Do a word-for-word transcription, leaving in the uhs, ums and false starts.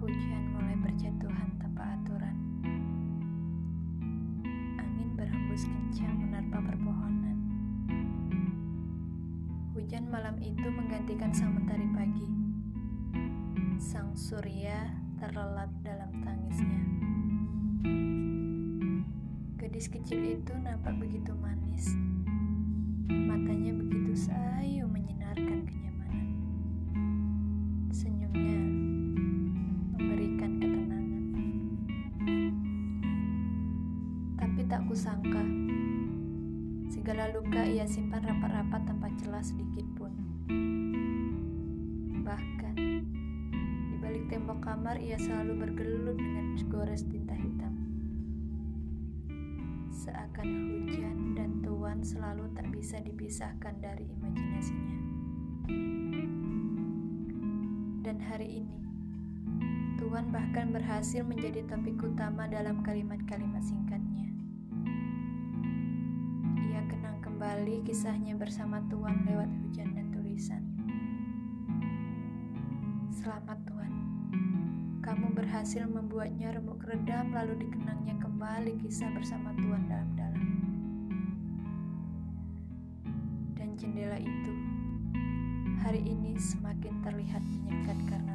Hujan mulai berjatuhan tanpa aturan. Angin berhembus kencang menerpa perpohonan. Hujan malam itu menggantikan sang mentari pagi. Sang surya terlelap dalam tangisnya. Gadis kecil itu nampak begitu manis. Matanya begitu sayu menyinarkan kenyamanan. Senyumnya memberikan ketenangan. Tapi tak kusangka, segala luka ia simpan rapat-rapat tanpa celah sedikit pun. Bahkan, di balik tembok kamar ia selalu bergelut dengan gores tinta hitam. Seakan hujan dan tuan selalu tak bisa dipisahkan dari imajinasinya. Dan hari ini, Tuan bahkan berhasil menjadi topik utama dalam kalimat-kalimat singkatnya. Ia kenang kembali kisahnya bersama Tuan lewat hujan dan tulisan. Selamat Tuan, kamu berhasil membuatnya remuk redam lalu dikenangnya kembali kisah bersama Tuan dalam-dalam. Dan jendela itu hari ini semakin terlihat menyekat karena